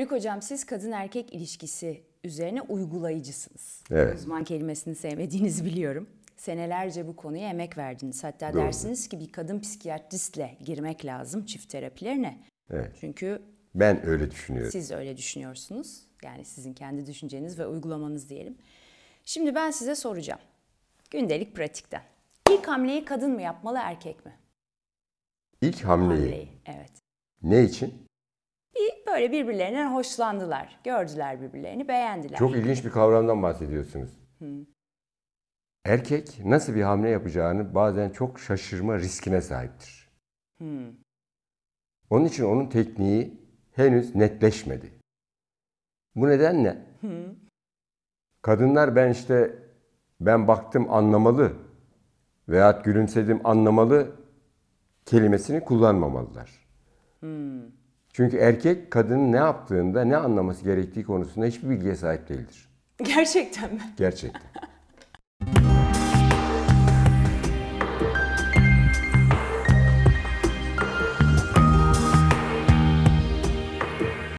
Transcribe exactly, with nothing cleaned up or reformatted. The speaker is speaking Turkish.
Haluk Hocam, siz kadın erkek ilişkisi üzerine uygulayıcısınız. Evet. Uzman kelimesini sevmediğinizi biliyorum. Senelerce bu konuya emek verdiniz. Hatta Doğru. dersiniz ki bir kadın psikiyatristle girmek lazım çift terapilerine. Evet. Çünkü ben öyle düşünüyorum. Siz öyle düşünüyorsunuz. Yani sizin kendi düşünceniz ve uygulamanız diyelim. Şimdi ben size soracağım. Gündelik pratikten. İlk hamleyi kadın mı yapmalı, erkek mi? İlk hamleyi. Hamleyi, evet. Ne için? Bir, böyle birbirlerinden hoşlandılar. Gördüler birbirlerini, beğendiler. Çok ilginç bir kavramdan bahsediyorsunuz. Hı. Erkek nasıl bir hamle yapacağını bazen çok şaşırma riskine sahiptir. Hı. Onun için onun tekniği henüz netleşmedi. Bu nedenle Hı. kadınlar ben işte ben baktım anlamalı veyahut gülümsedim anlamalı kelimesini kullanmamalılar. Hı. Çünkü erkek kadının ne yaptığında ne anlaması gerektiği konusunda hiçbir bilgiye sahip değildir. Gerçekten mi? Gerçekten.